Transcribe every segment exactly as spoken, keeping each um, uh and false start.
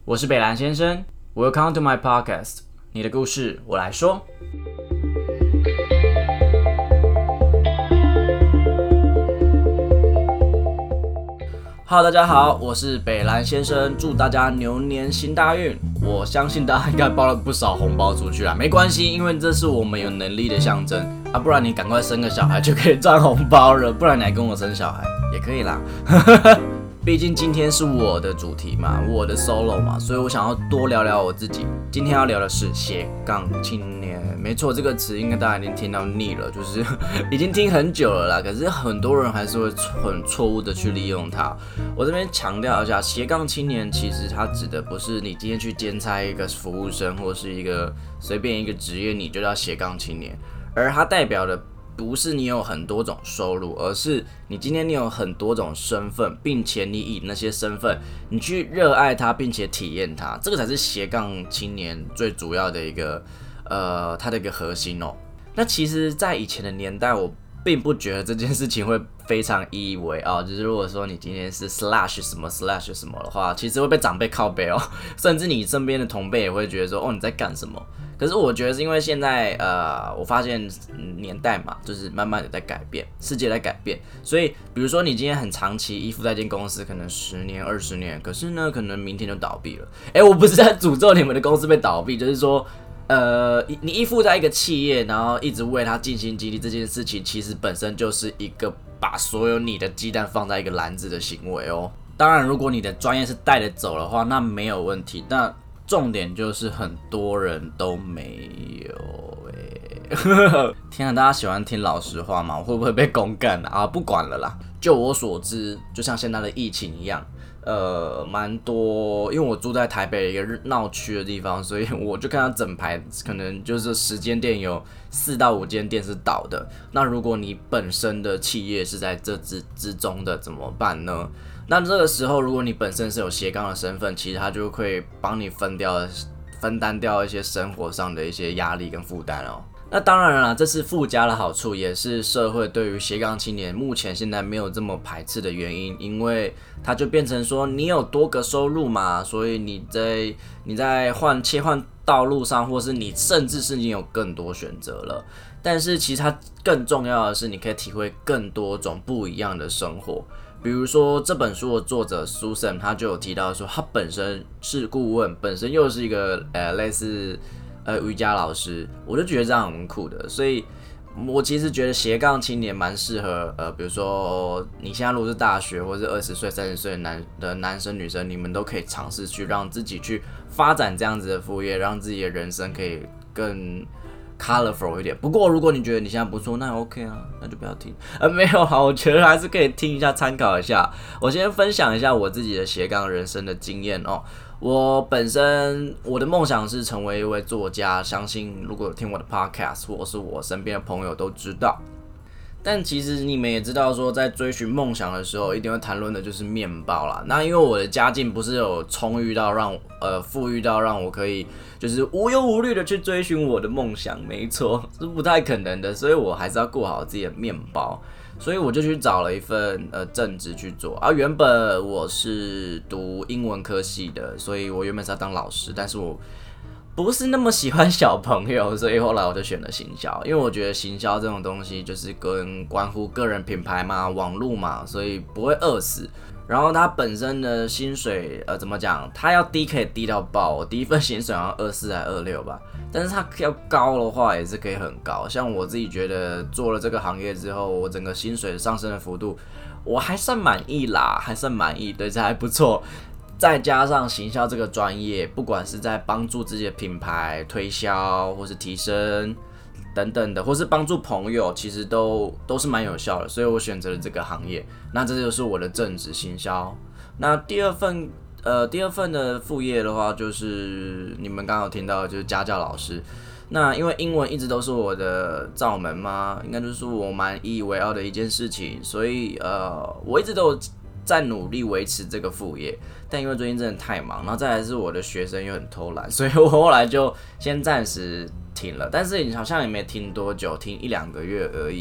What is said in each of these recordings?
我是北兰先生 ，Welcome to my podcast， 你的故事我来说。Hello， 大家好，我是北兰先生，祝大家牛年行大运。我相信大家应该包了不少红包出去啦，没关系，因为这是我们有能力的象征啊，不然你赶快生个小孩就可以赚红包了，不然你来跟我生小孩也可以啦。毕竟今天是我的主题嘛，我的 solo 嘛，所以我想要多聊聊我自己。今天要聊的是斜杠青年，没错，这个词应该大家已经听到腻了，就是已经听很久了啦。可是很多人还是会很错误的去利用它。我这边强调一下，斜杠青年其实它指的不是你今天去兼差一个服务生或是一个随便一个职业，你就叫斜杠青年，而它代表的不是你有很多种收入，而是你今天你有很多种身份，并且你以那些身份，你去热爱它，并且体验它，这个才是斜杠青年最主要的一个呃它的一个核心哦。那其实，在以前的年代，我并不觉得这件事情会非常引以为傲，就是如果说你今天是 slash 什么 slash 什么的话，其实会被长辈靠背哦，甚至你身边的同辈也会觉得说，哦，你在干什么？可是我觉得是因为现在呃，我发现年代嘛，就是慢慢的在改变，世界在改变，所以比如说你今天很长期依附在一间公司，可能十年、二十年，可是呢，可能明天就倒闭了。哎，我不是在诅咒你们的公司被倒闭，就是说，呃，你依附在一个企业，然后一直为它尽心尽力，这件事情其实本身就是一个把所有你的鸡蛋放在一个篮子的行为哦。当然，如果你的专业是带着走的话，那没有问题。那重点就是很多人都没有欸天啊，大家喜欢听老实话吗？我会不会被公干啊？不管了啦。就我所知，就像现在的疫情一样，呃，蛮多，因为我住在台北一个闹区的地方，所以我就看到整排可能就是十间店有四到五间店是倒的。那如果你本身的企业是在这之之中的，怎么办呢？那这个时候，如果你本身是有斜杠的身份，其实它就会帮你分掉、分担掉一些生活上的一些压力跟负担哦。那当然了，这是附加的好处，也是社会对于斜杠青年目前现在没有这么排斥的原因，因为它就变成说你有多个收入嘛，所以你在你在换切换道路上，或是你甚至是你有更多选择了。但是其实它更重要的是，你可以体会更多种不一样的生活。比如说这本书的作者 Susan， 他就有提到说，他本身是顾问，本身又是一个呃类似呃瑜伽老师，我就觉得这样很酷的。所以我其实觉得斜杠青年蛮适合呃，比如说你现在如果是大学或是二十岁、三十岁的男的男生女生，你们都可以尝试去让自己去发展这样子的副业，让自己的人生可以更colorful 一点。不过如果你觉得你现在不错，那 OK 啊，那就不要听。呃，没有啦，我觉得还是可以听一下，参考一下。我先分享一下我自己的斜杠人生的经验哦。我本身我的梦想是成为一位作家，相信如果有听我的 podcast 或是我身边的朋友都知道。但其实你们也知道说，在追寻梦想的时候，一定会谈论的就是面包啦。那因为我的家境不是有充裕到让呃富裕到让我可以就是无忧无虑的去追寻我的梦想，没错，是不太可能的，所以我还是要顾好自己的面包。所以我就去找了一份呃正职去做啊。原本我是读英文科系的，所以我原本是要当老师，但是我不是那么喜欢小朋友，所以后来我就选了行销，因为我觉得行销这种东西就是跟关乎个人品牌嘛、网路嘛，所以不会饿死。然后它本身的薪水，呃，怎么讲？它要低可以低到爆，我第一份薪水好像二四还二六吧，但是它要高的话也是可以很高。像我自己觉得做了这个行业之后，我整个薪水上升的幅度，我还算满意啦，还算满意，对，这还不错。再加上行销这个专业，不管是在帮助自己的品牌推销，或是提升等等的，或是帮助朋友，其实都都是蛮有效的，所以我选择了这个行业。那这就是我的正职行销。那第二份呃第二份的副业的话，就是你们刚刚有听到的，就是家教老师。那因为英文一直都是我的罩门嘛，应该就是我蛮引以为傲的一件事情，所以呃我一直都有在努力维持这个副业。但因为最近真的太忙，然后再来是我的学生又很偷懒，所以我后来就先暂时停了。但是你好像也没停多久，停一两个月而已。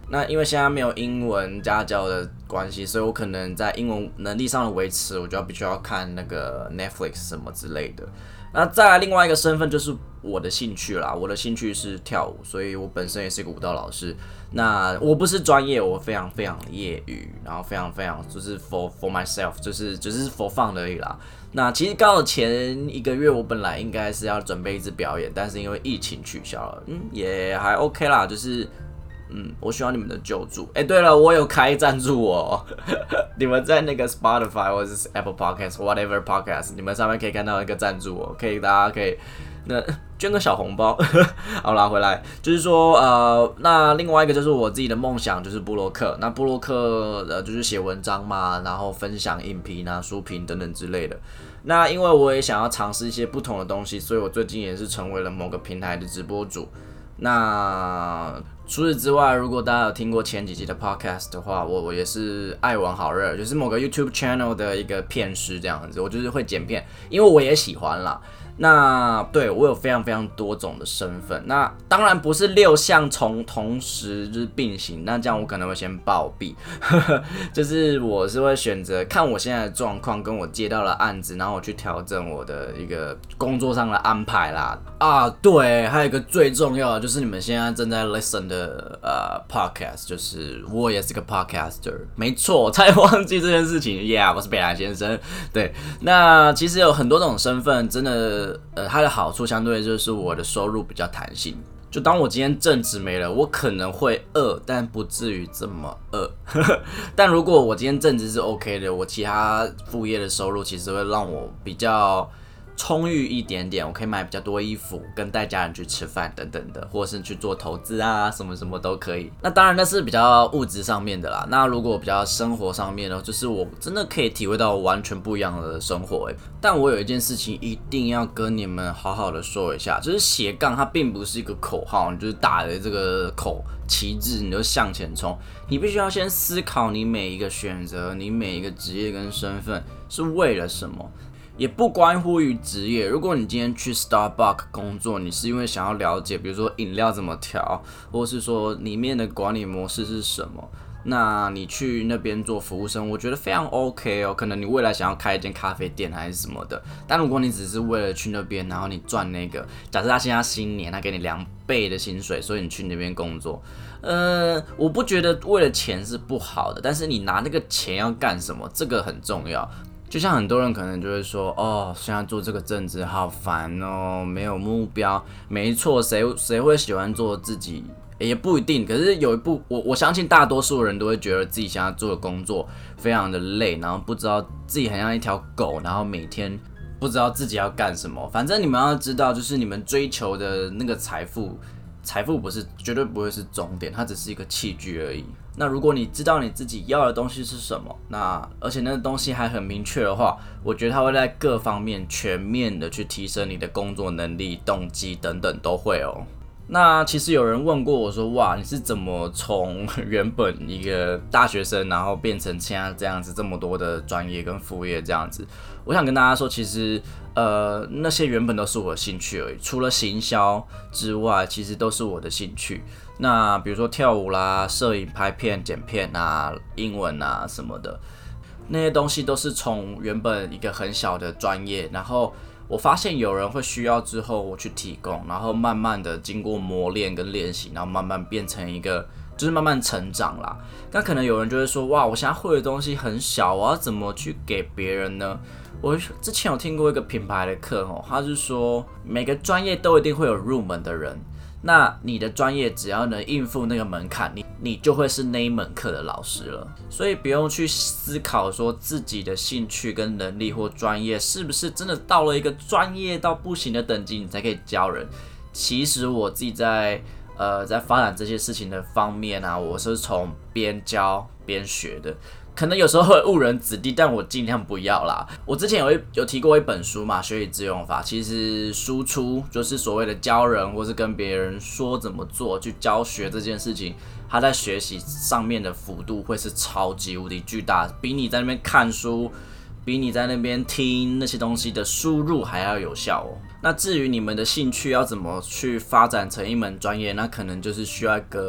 那因为现在没有英文家教的关系，所以我可能在英文能力上的维持，我就要必须要看那个 Netflix 什么之类的。那再来另外一个身份就是我的兴趣啦，我的兴趣是跳舞，所以我本身也是一个舞蹈老师。那我不是专业，我非常非常业余，然后非常非常就是 for for myself， 就是只、就是 for fun 而已啦。那其实刚好前一个月我本来应该是要准备一支表演，但是因为疫情取消了，嗯，也还 OK 啦，就是。嗯，我需要你们的救助。哎、欸，对了，我有开赞助我，你们在那个 Spotify 或者是 Apple Podcast whatever podcast， 你们上面可以看到一个赞助我，可以大家可以那捐个小红包。好啦，回来就是说呃，那另外一个就是我自己的梦想就是部落客，那部落客呃就是写文章嘛，然后分享影评啊、书评等等之类的。那因为我也想要尝试一些不同的东西，所以我最近也是成为了某个平台的直播主。那除此之外，如果大家有听过前几集的 podcast 的话，我我也是爱玩好热，就是某个 YouTube channel 的一个片师这样子，我就是会剪片，因为我也喜欢啦。那对我有非常非常多种的身份，那当然不是六项从同时就是并行，那这样我可能会先暴毙，就是我是会选择看我现在的状况，跟我接到的案子，然后我去调整我的一个工作上的安排啦。啊，对，还有一个最重要的就是你们现在正在 listen 的呃 podcast， 就是我也是个 podcaster， 没错，我才忘记这件事情 ，Yeah， 我是北兰先生。对，那其实有很多种身份，真的。呃，它的好处相对就是我的收入比较弹性。就当我今天正职没了，我可能会饿，但不至于这么饿。但如果我今天正职是 OK 的，我其他副业的收入其实会让我比较充裕一点点，我可以买比较多衣服，跟带家人去吃饭等等的，或是去做投资啊，什么什么都可以。那当然那是比较物质上面的啦。那如果比较生活上面呢，就是我真的可以体会到完全不一样的生活、欸。但我有一件事情一定要跟你们好好的说一下，就是斜杠它并不是一个口号，你就是打着这个口旗帜你就向前冲，你必须要先思考你每一个选择，你每一个职业跟身份是为了什么。也不关乎于职业。如果你今天去 Starbucks 工作，你是因为想要了解，比如说饮料怎么调，或是说里面的管理模式是什么，那你去那边做服务生，我觉得非常 OK 哦。可能你未来想要开一间咖啡店还是什么的，但如果你只是为了去那边，然后你赚那个，假设他现在新年他给你两倍的薪水，所以你去那边工作，呃，我不觉得为了钱是不好的，但是你拿那个钱要干什么，这个很重要。就像很多人可能就会说，哦，现在做这个正职好烦哦，没有目标。没错，谁谁会喜欢做自己？也不一定。可是有一部，我我相信大多数人都会觉得自己现在做的工作非常的累，然后不知道自己很像一条狗，然后每天不知道自己要干什么。反正你们要知道，就是你们追求的那个财富，财富不是绝对不会是终点，它只是一个器具而已。那如果你知道你自己要的东西是什么，那而且那个东西还很明确的话，我觉得它会在各方面全面的去提升你的工作能力、动机等等都会哦。那其实有人问过我说，哇，你是怎么从原本一个大学生，然后变成现在这样子这么多的专业跟副业这样子？我想跟大家说，其实呃那些原本都是我的兴趣而已，除了行销之外，其实都是我的兴趣。那比如说跳舞啦、摄影、拍片、剪片啊、英文啊什么的，那些东西都是从原本一个很小的专业，然后我发现有人会需要之后，我去提供，然后慢慢的经过磨练跟练习，然后慢慢变成一个，就是慢慢成长啦。那可能有人就会说，哇，我现在会的东西很小，我要怎么去给别人呢？我之前有听过一个品牌的课哦，他是说每个专业都一定会有入门的人。那你的专业只要能应付那个门槛，你你就会是那一门课的老师了。所以不用去思考说自己的兴趣跟能力或专业是不是真的到了一个专业到不行的等级，你才可以教人。其实我自己在呃在发展这些事情的方面啊，我是从边教边学的。可能有时候会误人子弟，但我尽量不要啦。我之前有一有提过一本书嘛，《学以致用法》，其实输出就是所谓的教人，或是跟别人说怎么做，去教学这件事情，他在学习上面的幅度会是超级无敌巨大，比你在那边看书，比你在那边听那些东西的输入还要有效哦。那至于你们的兴趣要怎么去发展成一门专业，那可能就是需要一个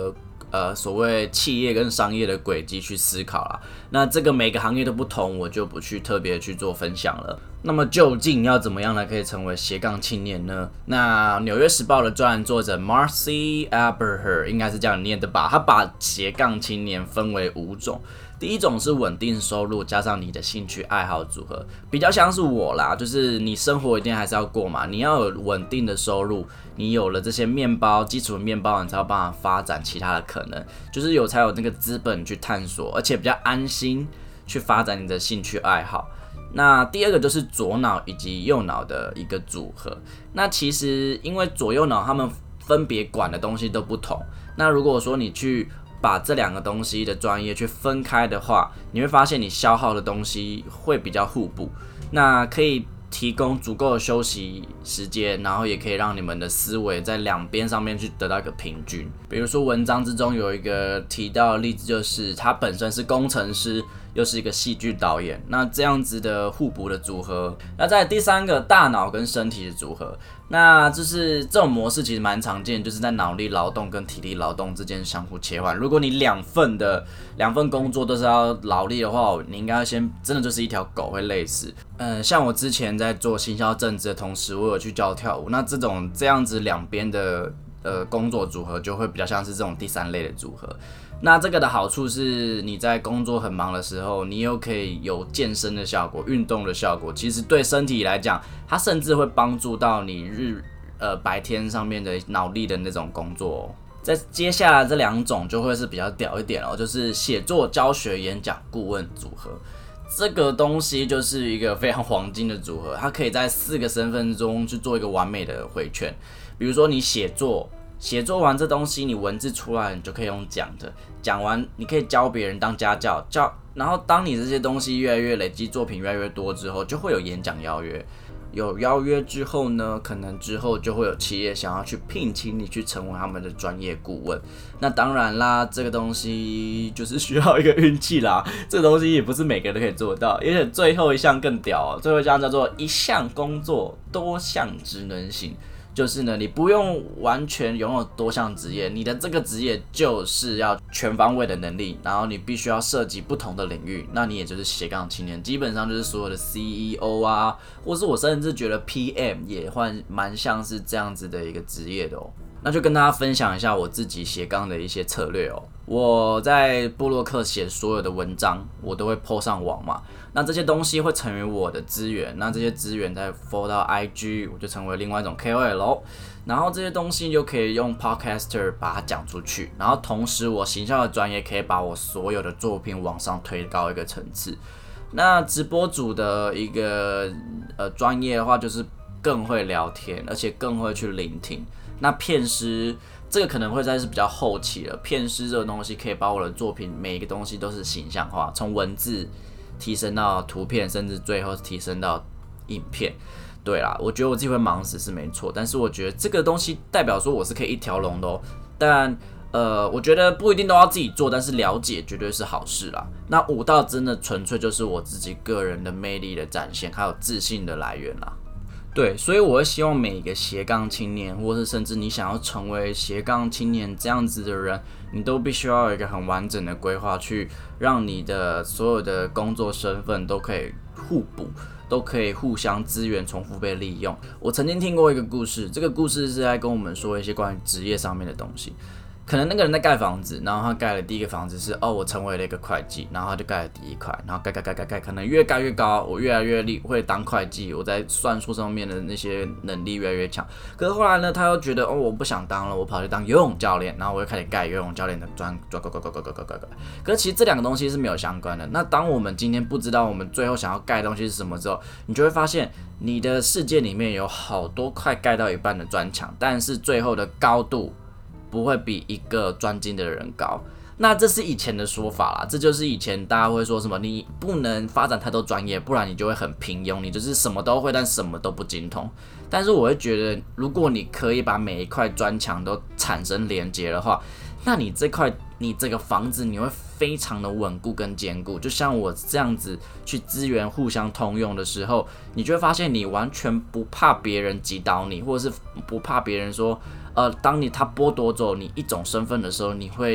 呃所谓企业跟商业的轨迹去思考啦。那这个每个行业都不同，我就不去特别去做分享了。那么究竟要怎么样才可以成为斜杠青年呢？那《纽约时报》的专栏作者 Marcy Aberher 应该是这样念的吧？他把斜杠青年分为五种。第一种是稳定收入加上你的兴趣爱好组合，比较像是我啦，就是你生活一定还是要过嘛，你要有稳定的收入，你有了这些面包基础的面包，你才有办法发展其他的可能，就是有才有那个资本去探索，而且比较安心去发展你的兴趣爱好。那第二个就是左脑以及右脑的一个组合。那其实因为左右脑他们分别管的东西都不同，那如果说你去把这两个东西的专业去分开的话，你会发现你消耗的东西会比较互补，那可以提供足够的休息时间，然后也可以让你们的思维在两边上面去得到一个平均。比如说文章之中有一个提到的例子，就是他本身是工程师，又是一个戏剧导演，那这样子的互补的组合。那在第三个，大脑跟身体的组合，那就是这种模式其实蛮常见，就是在脑力劳动跟体力劳动之间相互切换。如果你两份的两份工作都是要劳力的话，你应该先真的就是一条狗会累死。嗯，像我之前在做行销政治的同时，我有去教跳舞，那这种这样子两边的呃工作组合就会比较像是这种第三类的组合。那这个的好处是，你在工作很忙的时候，你又可以有健身的效果、运动的效果。其实对身体来讲，它甚至会帮助到你日呃白天上面的脑力的那种工作哦。在接下来这两种就会是比较屌一点哦，就是写作、教学、演讲、顾问组合。这个东西就是一个非常黄金的组合，它可以在四个身份中去做一个完美的回圈。比如说你写作。写作完这东西，你文字出来，你就可以用讲的。讲完，你可以教别人当家教，教。然后，当你这些东西越来越累积，作品越来越多之后，就会有演讲邀约。有邀约之后呢，可能之后就会有企业想要去聘请你去成为他们的专业顾问。那当然啦，这个东西就是需要一个运气啦。这个东西也不是每个人都可以做到。而且最后一项更屌哦，最后一项叫做一项工作多项职能型。就是呢，你不用完全拥有多项职业，你的这个职业就是要全方位的能力，然后你必须要涉及不同的领域，那你也就是斜杠青年，基本上就是所有的 C E O 啊，或是我甚至觉得 P M 也换蛮像是这样子的一个职业的哦。那就跟大家分享一下我自己斜杠的一些策略哦。我在部落客写所有的文章，我都会 po 上网嘛。那这些东西会成为我的资源，那这些资源再 follow 到 I G， 我就成为另外一种 K O L。然后这些东西就可以用 Podcaster 把它讲出去，然后同时我行销的专业可以把我所有的作品往上推高一个层次。那直播主的一个呃专业的话，就是更会聊天，而且更会去聆听。那片师这个可能会在是比较后期了，片师这个东西可以把我的作品每一个东西都是形象化，从文字提升到图片，甚至最后提升到影片。对啦，我觉得我自己会忙死是没错，但是我觉得这个东西代表说我是可以一条龙的哦。但呃，我觉得不一定都要自己做，但是了解绝对是好事啦。那武道真的纯粹就是我自己个人的魅力的展现，还有自信的来源啦。对，所以我会希望每一个斜杠青年，或是甚至你想要成为斜杠青年这样子的人，你都必须要有一个很完整的规划，去让你的所有的工作身份都可以互补，都可以互相资源重复被利用。我曾经听过一个故事，这个故事是在跟我们说一些关于职业上面的东西。可能那个人在盖房子，然后他盖了第一个房子是哦，我成为了一个会计，然后他就盖了第一块，然后盖盖盖盖盖，可能越盖越高，我越来越厉会当会计，我在算术上面的那些能力越来越强。可是后来呢，他又觉得哦，我不想当了，我跑去当游泳教练，然后我又开始盖游泳教练的专专盖盖盖盖盖盖盖盖。可是其实这两个东西是没有相关的。那当我们今天不知道我们最后想要盖的东西是什么之后，你就会发现你的世界里面有好多块盖到一半的砖墙，但是最后的高度不会比一个专精的人高。那这是以前的说法啦，这就是以前大家会说什么，你不能发展太多专业，不然你就会很平庸，你就是什么都会，但什么都不精通。但是我会觉得，如果你可以把每一块砖墙都产生连接的话，那你这块你这个房子你会非常的稳固跟坚固。就像我这样子去资源互相通用的时候，你就会发现你完全不怕别人击倒你，或者是不怕别人说呃，当你他剥夺走你一种身份的时候，你会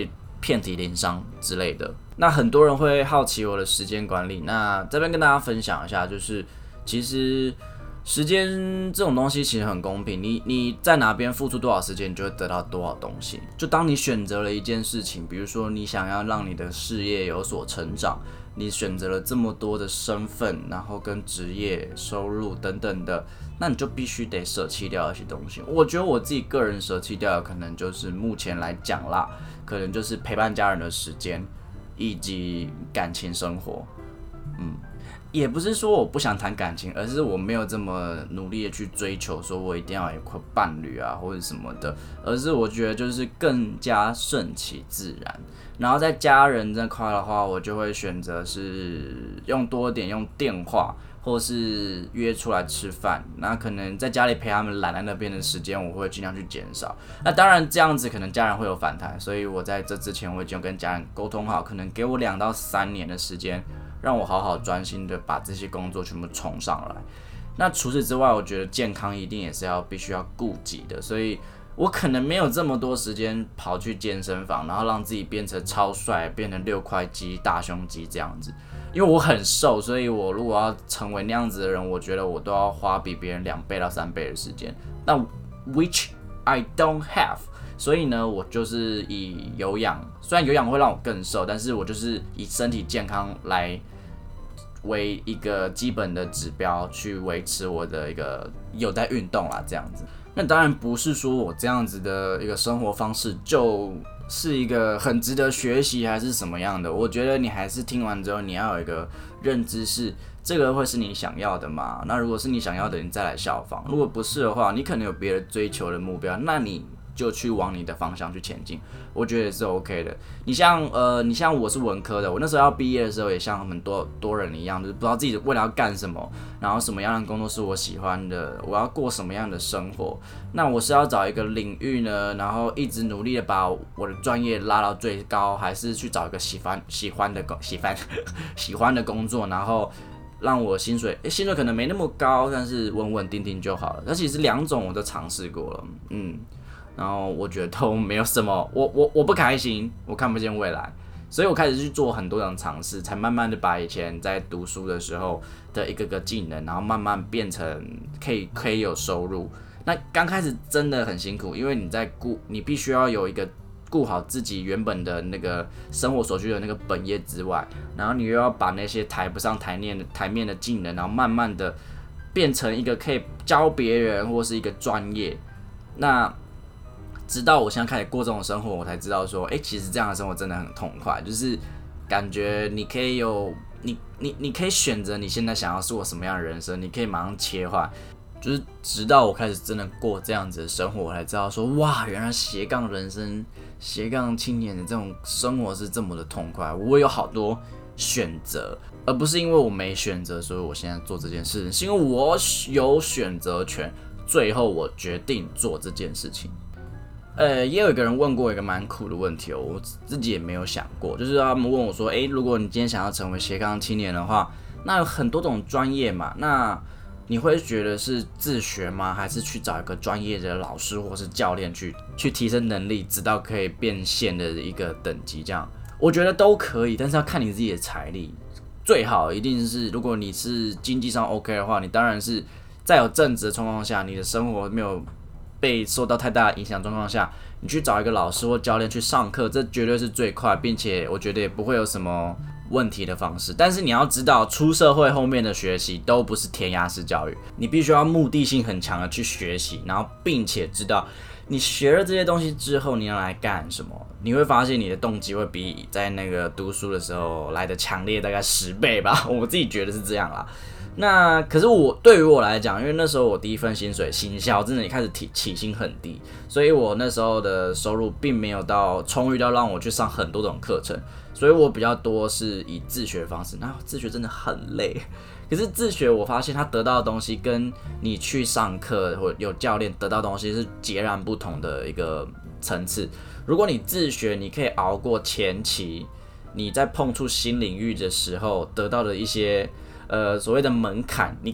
遍体鳞伤之类的。那很多人会好奇我的时间管理，那这边跟大家分享一下，就是其实时间这种东西其实很公平，你你在哪边付出多少时间，你就会得到多少东西。就当你选择了一件事情，比如说你想要让你的事业有所成长，你选择了这么多的身份，然后跟职业、收入等等的，那你就必须得舍弃掉一些东西。我觉得我自己个人舍弃掉的，可能就是目前来讲啦，可能就是陪伴家人的时间，以及感情生活。嗯，也不是说我不想谈感情，而是我没有这么努力的去追求，说我一定要有一块伴侣啊，或者什么的，而是我觉得就是更加顺其自然。然后在家人这块的话，我就会选择是用多点用电话，或是约出来吃饭。那可能在家里陪他们懒在那边的时间，我会尽量去减少。那当然这样子可能家人会有反弹，所以我在这之前我已经跟家人沟通好，可能给我两到三年的时间，让我好好专心的把这些工作全部冲上来。那除此之外，我觉得健康一定也是要必须要顾及的，所以我可能没有这么多时间跑去健身房，然后让自己变成超帅，变成六块肌、大胸肌这样子。因为我很瘦，所以我如果要成为那样子的人，我觉得我都要花比别人两倍到三倍的时间。那 which I don't have， 所以呢，我就是以有氧，虽然有氧会让我更瘦，但是我就是以身体健康来为一个基本的指标去维持我的一个有在运动啦，这样子。那当然不是说我这样子的一个生活方式就是一个很值得学习还是什么样的。我觉得你还是听完之后，你要有一个认知是这个会是你想要的嘛？那如果是你想要的，你再来效仿；如果不是的话，你可能有别的追求的目标，那你就去往你的方向去前进，我觉得也是 OK 的。你像呃，你像我是文科的，我那时候要毕业的时候，也像很多多人一样，就是不知道自己未来要干什么，然后什么样的工作是我喜欢的，我要过什么样的生活。那我是要找一个领域呢，然后一直努力的把我的专业拉到最高，还是去找一个喜欢喜欢的工喜欢喜欢的工作，然后让我薪水，欸、薪水可能没那么高，但是稳稳定定就好了。那其实两种我都尝试过了，嗯。然后我觉得都没有什么，我我我不开心，我看不见未来，所以我开始去做很多种尝试，才慢慢的把以前在读书的时候的一个个技能，然后慢慢变成可以可以有收入。那刚开始真的很辛苦，因为你在顾，你必须要有一个顾好自己原本的那个生活所需的那个本业之外，然后你又要把那些抬不上台面的台面的技能，然后慢慢的变成一个可以教别人或是一个专业。那直到我现在开始过这种生活，我才知道说，哎、欸，其实这样的生活真的很痛快，就是感觉你可以有你你你可以选择你现在想要过什么样的人生，你可以马上切换。就是直到我开始真的过这样子的生活，我才知道说，哇，原来斜杠人生、斜杠青年的这种生活是这么的痛快。我有好多选择，而不是因为我没选择，所以我现在做这件事，是因为我有选择权，最后我决定做这件事情。呃，也有一个人问过一个蛮酷的问题哦，我自己也没有想过，就是他们问我说，诶，如果你今天想要成为斜杠青年的话，那有很多种专业嘛，那你会觉得是自学吗？还是去找一个专业的老师或是教练去去提升能力，直到可以变现的一个等级？这样，我觉得都可以，但是要看你自己的财力。最好一定是，如果你是经济上 OK 的话，你当然是在有正职的状况下，你的生活没有被受到太大的影响状况下，你去找一个老师或教练去上课，这绝对是最快，并且我觉得也不会有什么问题的方式。但是你要知道，出社会后面的学习都不是填鸭式教育，你必须要目的性很强的去学习，然后并且知道你学了这些东西之后你要来干什么。你会发现你的动机会比在那个读书的时候来的强烈大概十倍吧，我自己觉得是这样啦。那可是我对于我来讲，因为那时候我第一份薪水行销真的也开始起起薪很低，所以我那时候的收入并没有到充裕到让我去上很多种课程，所以我比较多是以自学方式。那自学真的很累，可是自学我发现他得到的东西跟你去上课或有教练得到的东西是截然不同的一个层次。如果你自学，你可以熬过前期你在碰触新领域的时候得到的一些呃，所谓的门槛，你可以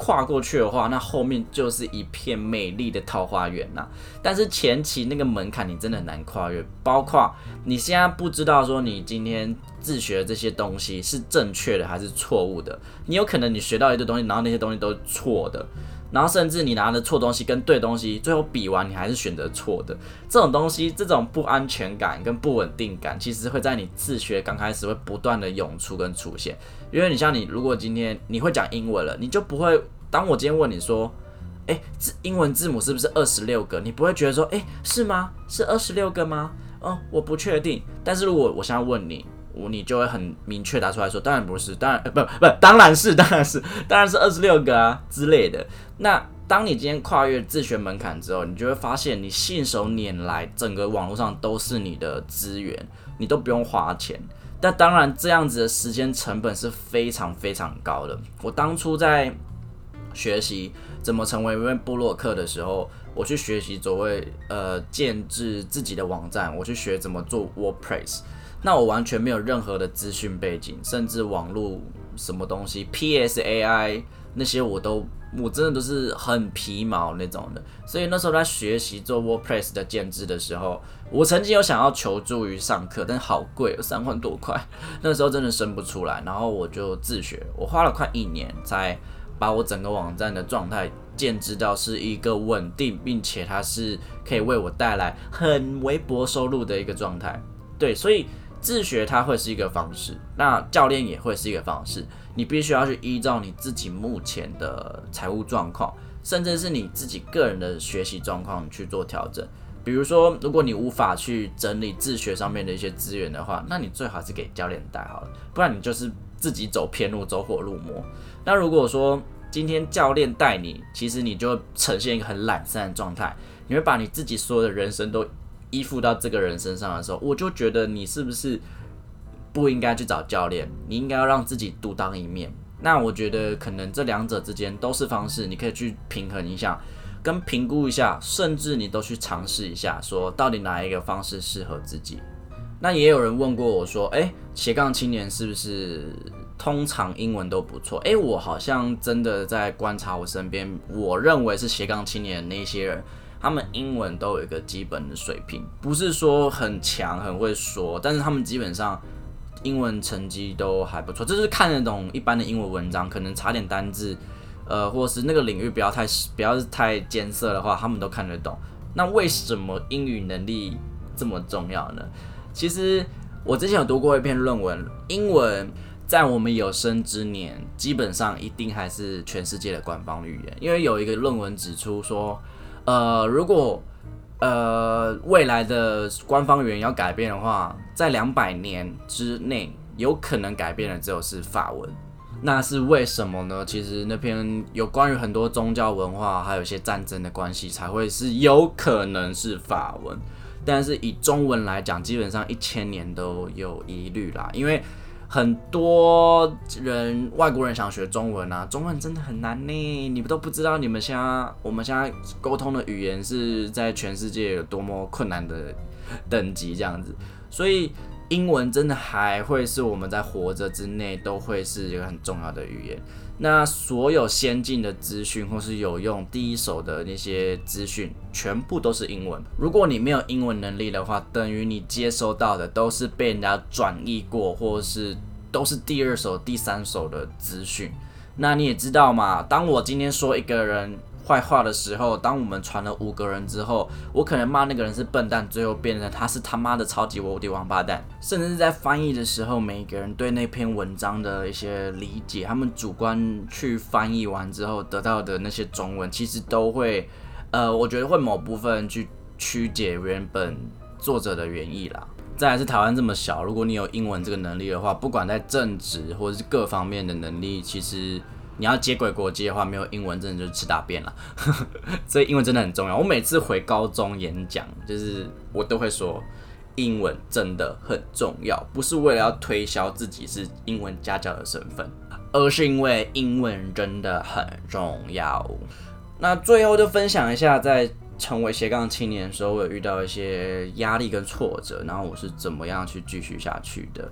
跨过去的话，那后面就是一片美丽的桃花源呐、啊。但是前期那个门槛你真的很难跨越，包括你现在不知道说你今天自学的这些东西是正确的还是错误的，你有可能你学到一堆东西，然后那些东西都是错的。然后甚至你拿的错东西跟对东西，最后比完你还是选择错的，这种东西，这种不安全感跟不稳定感，其实会在你自学刚开始会不断的涌出跟出现。因为你像你，如果今天你会讲英文了，你就不会，当我今天问你说，哎，英文字母是不是二十六个？你不会觉得说，哎，是吗？是二十六个吗？哦，我不确定。但是如果我现在问你，你就会很明确答出来说，当然不是，当然、呃、不不，当然是，当然是，当然是二十六个啊之类的。那当你今天跨越自学门槛之后，你就会发现，你信手拈来，整个网络上都是你的资源，你都不用花钱。但当然，这样子的时间成本是非常非常高的。我当初在学习怎么成为一位部落客的时候，我去学习所谓呃建制自己的网站，我去学怎么做 WordPress。那我完全没有任何的资讯背景，甚至网络什么东西 P S A I 那些我都我真的都是很皮毛那种的。所以那时候在学习做 WordPress 的建制的时候，我曾经有想要求助于上课，但是好贵，有三万多块，那时候真的生不出来，然后我就自学，我花了快一年才把我整个网站的状态建制到是一个稳定，并且它是可以为我带来很微薄收入的一个状态。对，所以自学它会是一个方式，那教练也会是一个方式。你必须要去依照你自己目前的财务状况，甚至是你自己个人的学习状况去做调整。比如说，如果你无法去整理自学上面的一些资源的话，那你最好是给教练带好了，不然你就是自己走偏路、走火入魔。那如果说今天教练带你，其实你就会呈现一个很懒散的状态，你会把你自己所有的人生都依附到这个人身上的时候，我就觉得你是不是不应该去找教练，你应该要让自己独当一面。那我觉得可能这两者之间都是方式，你可以去平衡一下，跟评估一下，甚至你都去尝试一下，说到底哪一个方式适合自己。那也有人问过我说，哎，斜杠青年是不是通常英文都不错？哎，我好像真的在观察我身边，我认为是斜杠青年的那些人，他们英文都有一个基本的水平，不是说很强很会说，但是他们基本上英文成绩都还不错，就是看得懂一般的英文文章，可能查点单字，呃，或是那个领域不要太不要太艰涩的话，他们都看得懂。那为什么英语能力这么重要呢？其实我之前有读过一篇论文，英文在我们有生之年，基本上一定还是全世界的官方语言，因为有一个论文指出说，呃，如果呃未来的官方语言要改变的话，在两百年之内，有可能改变的只有是法文。那是为什么呢？其实那篇有关于很多宗教文化，还有一些战争的关系，才会是有可能是法文。但是以中文来讲，基本上一千年都有疑虑啦，因为很多人外国人想学中文啊，中文真的很难呢，你们都不知道，你们现在我们现在沟通的语言是在全世界有多么困难的等级这样子，所以英文真的还会是我们在活着之内都会是一个很重要的语言。那所有先进的资讯或是有用第一手的那些资讯，全部都是英文。如果你没有英文能力的话，等于你接收到的都是被人家转译过，或是都是第二手、第三手的资讯。那你也知道嘛，当我今天说一个人坏话的时候，当我们传了五个人之后，我可能骂那个人是笨蛋，最后变成他是他妈的超级无敌王八蛋。甚至是在翻译的时候，每一个人对那篇文章的一些理解，他们主观去翻译完之后得到的那些中文，其实都会，呃，我觉得会某部分去曲解原本作者的原意啦。再来是台湾这么小，如果你有英文这个能力的话，不管在政治或者是各方面的能力，其实你要接轨国际的话，没有英文真的就是吃大便了。所以英文真的很重要。我每次回高中演讲，就是我都会说，英文真的很重要，不是为了要推销自己是英文家教的身份，而是因为英文真的很重要。那最后就分享一下，在成为斜杠青年的时候，我有遇到一些压力跟挫折，然后我是怎么样去继续下去的。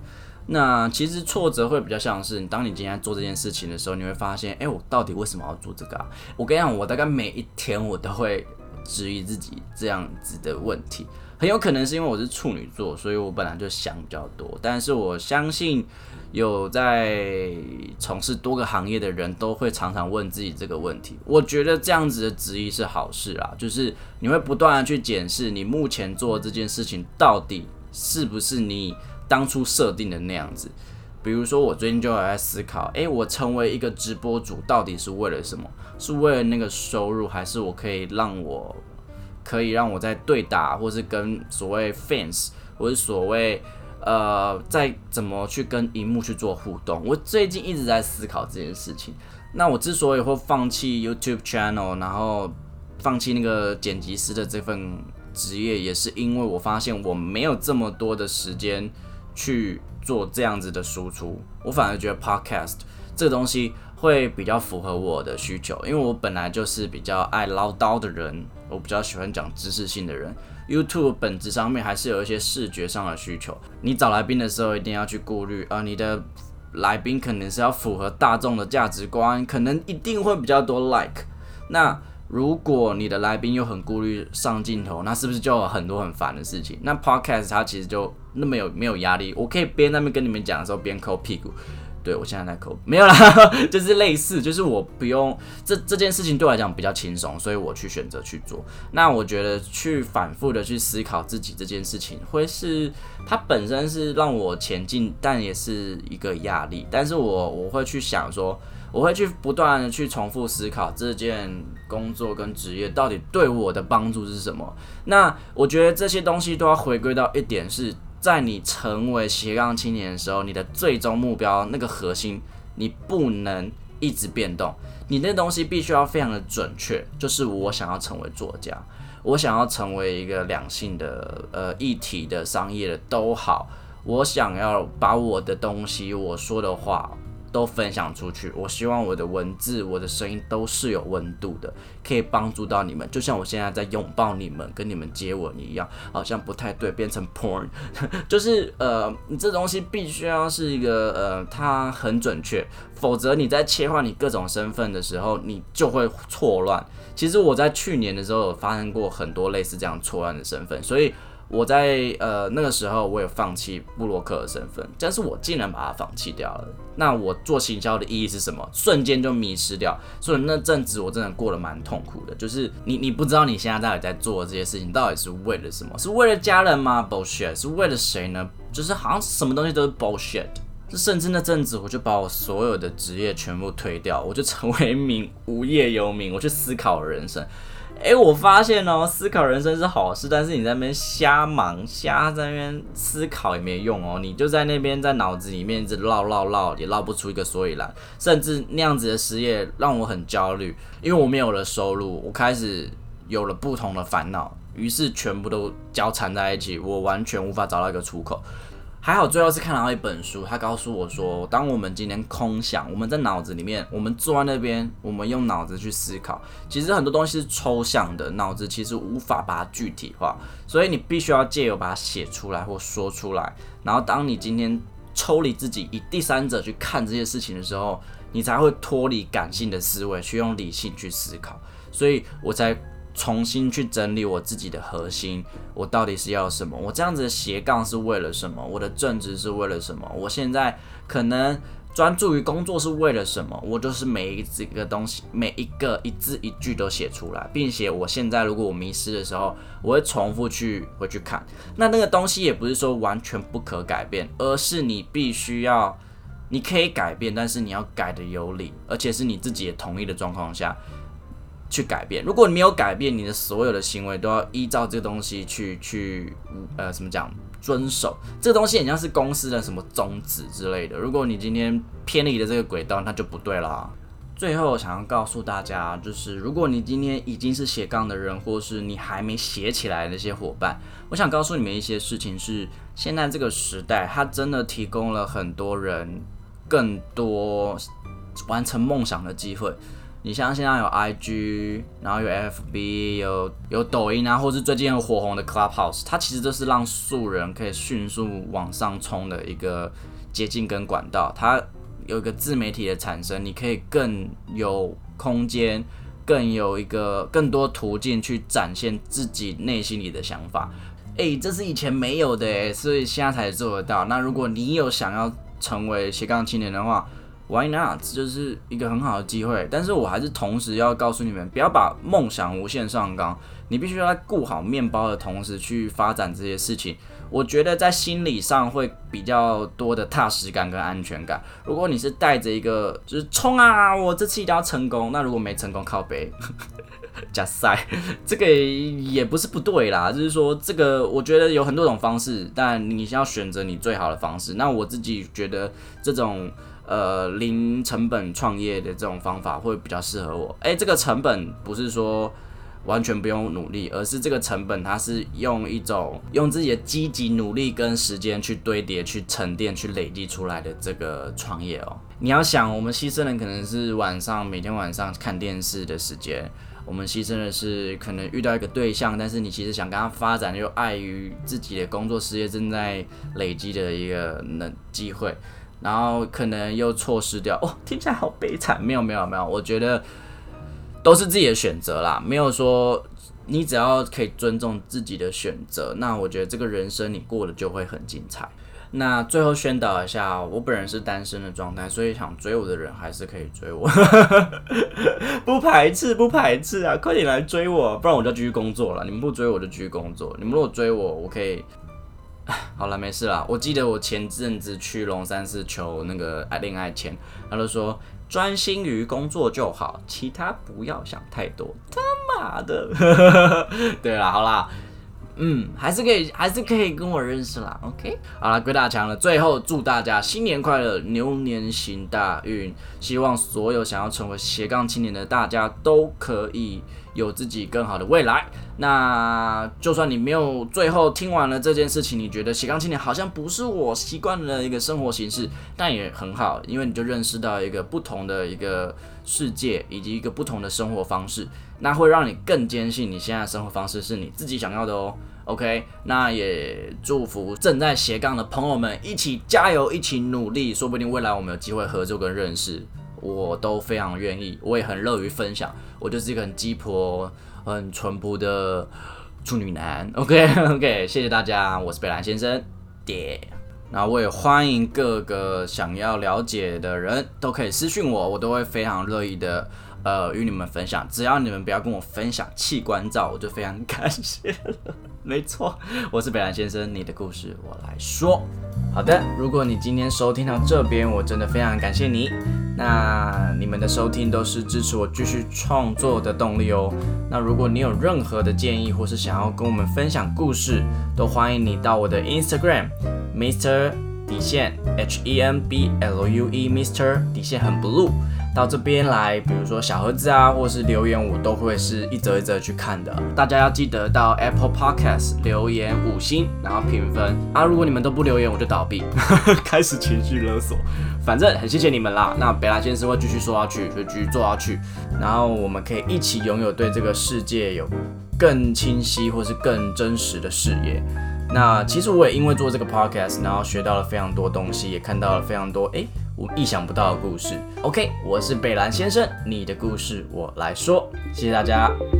那其实挫折会比较像是，当你今天做这件事情的时候，你会发现，哎、欸，我到底为什么要做这个啊？我跟你讲，我大概每一天我都会质疑自己这样子的问题。很有可能是因为我是处女座，所以我本来就想比较多。但是我相信有在从事多个行业的人都会常常问自己这个问题。我觉得这样子的质疑是好事啦，就是你会不断的去检视你目前做的这件事情到底是不是你当初设定的那样子。比如说我最近就有在思考，诶，我成为一个直播主到底是为了什么？是为了那个收入，还是我可以让我可以让我在对打，或是跟所谓 fans， 或是所谓呃，在怎么去跟荧幕去做互动？我最近一直在思考这件事情。那我之所以会放弃 YouTube channel， 然后放弃那个剪辑师的这份职业，也是因为我发现我没有这么多的时间去做这样子的输出。我反而觉得 podcast 这个东西会比较符合我的需求，因为我本来就是比较爱唠叨的人，我比较喜欢讲知识性的人。YouTube 本质上面还是有一些视觉上的需求，你找来宾的时候一定要去顾虑啊、呃，你的来宾可能是要符合大众的价值观，可能一定会比较多 like。那如果你的来宾又很顾虑上镜头，那是不是就有很多很烦的事情？那 podcast 它其实就那么有没有压力，我可以边那边跟你们讲的时候边抠屁股。对，我现在在抠，没有啦，就是类似，就是我不用这这件事情对我来讲比较轻松，所以我去选择去做。那我觉得去反复的去思考自己这件事情，会是它本身是让我前进，但也是一个压力。但是我我会去想说，我会去不断的去重复思考这件工作跟职业到底对我的帮助是什么。那我觉得这些东西都要回归到一点是，在你成为斜杠青年的时候，你的最终目标那个核心，你不能一直变动，你那东西必须要非常的准确。就是我想要成为作家，我想要成为一个两性的、呃议题的、商业的都好，我想要把我的东西、我说的话都分享出去。我希望我的文字、我的声音都是有温度的，可以帮助到你们。就像我现在在拥抱你们、跟你们接吻一样，好像不太对，变成 porn， 就是呃，你这东西必须要是一个呃，它很准确，否则你在切换你各种身份的时候，你就会错乱。其实我在去年的时候有发生过很多类似这样错乱的身份，所以我在呃那个时候我有放弃部落客的身份，但是我竟然把它放弃掉了。那我做行销的意义是什么？瞬间就迷失掉。所以那阵子我真的过得蛮痛苦的，就是你你不知道你现在到底在做的这些事情到底是为了什么？是为了家人吗 ？bullshit。是为了谁呢？就是好像什么东西都是 bullshit。甚至那阵子我就把我所有的职业全部推掉，我就成为一名无业游民，我去思考人生。哎，我发现哦，思考人生是好事，但是你在那边瞎忙、瞎在那边思考也没用哦。你就在那边在脑子里面一直绕绕绕，也绕不出一个所以然。甚至那样子的失业让我很焦虑，因为我没有了收入，我开始有了不同的烦恼，于是全部都交缠在一起，我完全无法找到一个出口。还好最后是看到一本书，他告诉我说，当我们今天空想，我们在脑子里面，我们坐在那边，我们用脑子去思考，其实很多东西是抽象的，脑子其实无法把它具体化，所以你必须要借由把它写出来或说出来，然后当你今天抽离自己，以第三者去看这些事情的时候，你才会脱离感性的思维，去用理性去思考，所以我才重新去整理我自己的核心，我到底是要什么？我这样子的斜杠是为了什么？我的正职是为了什么？我现在可能专注于工作是为了什么？我就是每一个东西，每一个一字一句都写出来，并且我现在如果我迷失的时候，我会重复去回去看。那那个东西也不是说完全不可改变，而是你必须要，你可以改变，但是你要改得有理，而且是你自己也同意的状况下去改变。如果你没有改变，你的所有的行为都要依照这个东西去去呃怎么讲遵守。这个东西很像是公司的什么宗旨之类的。如果你今天偏离了这个轨道，那就不对啦。最后想要告诉大家，就是如果你今天已经是斜杠的人，或是你还没斜起来的那些伙伴，我想告诉你们一些事情是，现在这个时代，它真的提供了很多人更多完成梦想的机会。你像现在有 I G， 然后有 F B， 有有抖音啊，或是最近很火红的 Clubhouse， 它其实都是让素人可以迅速往上冲的一个捷径跟管道，它有一个自媒体的产生，你可以更有空间，更有一个更多途径去展现自己内心里的想法。哎，这是以前没有的哎，所以现在才做得到。那如果你有想要成为斜杠青年的话， Why not？ 这就是一个很好的机会。但是我还是同时要告诉你们，不要把梦想无限上纲。你必须要在顾好面包的同时去发展这些事情。我觉得在心理上会比较多的踏实感跟安全感。如果你是带着一个就是冲啊，我这次一定要成功，那如果没成功靠北假赛，这个也不是不对啦。就是说，这个我觉得有很多种方式，但你要选择你最好的方式。那我自己觉得这种呃零成本创业的这种方法会比较适合我。哎、欸，这个成本不是说完全不用努力，而是这个成本它是用一种用自己的积极努力跟时间去堆叠、去沉淀、去累积出来的这个创业哦。你要想，我们牺牲的可能是晚上每天晚上看电视的时间。我们牺牲的是可能遇到一个对象，但是你其实想跟他发展，又碍于自己的工作事业正在累积的一个能机会，然后可能又错失掉。哦，听起来好悲惨。没有没有没有，我觉得都是自己的选择啦，没有说你只要可以尊重自己的选择，那我觉得这个人生你过得就会很精彩。那最后宣导一下，我本人是单身的状态，所以想追我的人还是可以追我，不排斥不排斥啊，快点来追我，不然我就继续工作了。你们不追我就继续工作，你们如果追我，我可以。好了，没事啦。我记得我前阵子去龙山寺求那个恋爱签，他就说专心于工作就好，其他不要想太多。他妈的，对啦，好啦。嗯，还是可以，还是可以跟我认识啦 ，OK？ 好啦，鬼打墙了。最后祝大家新年快乐，牛年行大运。希望所有想要成为斜杠青年的大家都可以有自己更好的未来。那就算你没有最后听完了这件事情，你觉得斜杠青年好像不是我习惯的一个生活形式，但也很好，因为你就认识到一个不同的一个世界，以及一个不同的生活方式，那会让你更坚信你现在的生活方式是你自己想要的哦。OK， 那也祝福正在斜杠的朋友们一起加油，一起努力，说不定未来我们有机会合作跟认识，我都非常愿意，我也很乐于分享。我就是一个很鸡婆、很淳朴的处女男。OK OK， 谢谢大家，我是北兰先生，爹。那我也欢迎各个想要了解的人都可以私讯我，我都会非常乐意的。呃，与你们分享，只要你们不要跟我分享器官照，我就非常感谢了。没错，我是北兰先生，你的故事我来说。好的，如果你今天收听到这边，我真的非常感谢你。那你们的收听都是支持我继续创作的动力哦。那如果你有任何的建议，或是想要跟我们分享故事，都欢迎你到我的 Instagram Mister 底线 H E M B L U E Mister 底线很 blue。到这边来，比如说小盒子啊，或是留言，我都会是一则一则去看的。大家要记得到 Apple Podcast 留言五星，然后评分啊。如果你们都不留言，我就倒闭，开始情绪勒索。反正很谢谢你们啦。那北兰先生会继续说下去，就继续做下去，然后我们可以一起拥有对这个世界有更清晰或是更真实的视野。那其实我也因为做这个 podcast， 然后学到了非常多东西，也看到了非常多哎我意想不到的故事。OK， 我是北兰先生，你的故事我来说，谢谢大家。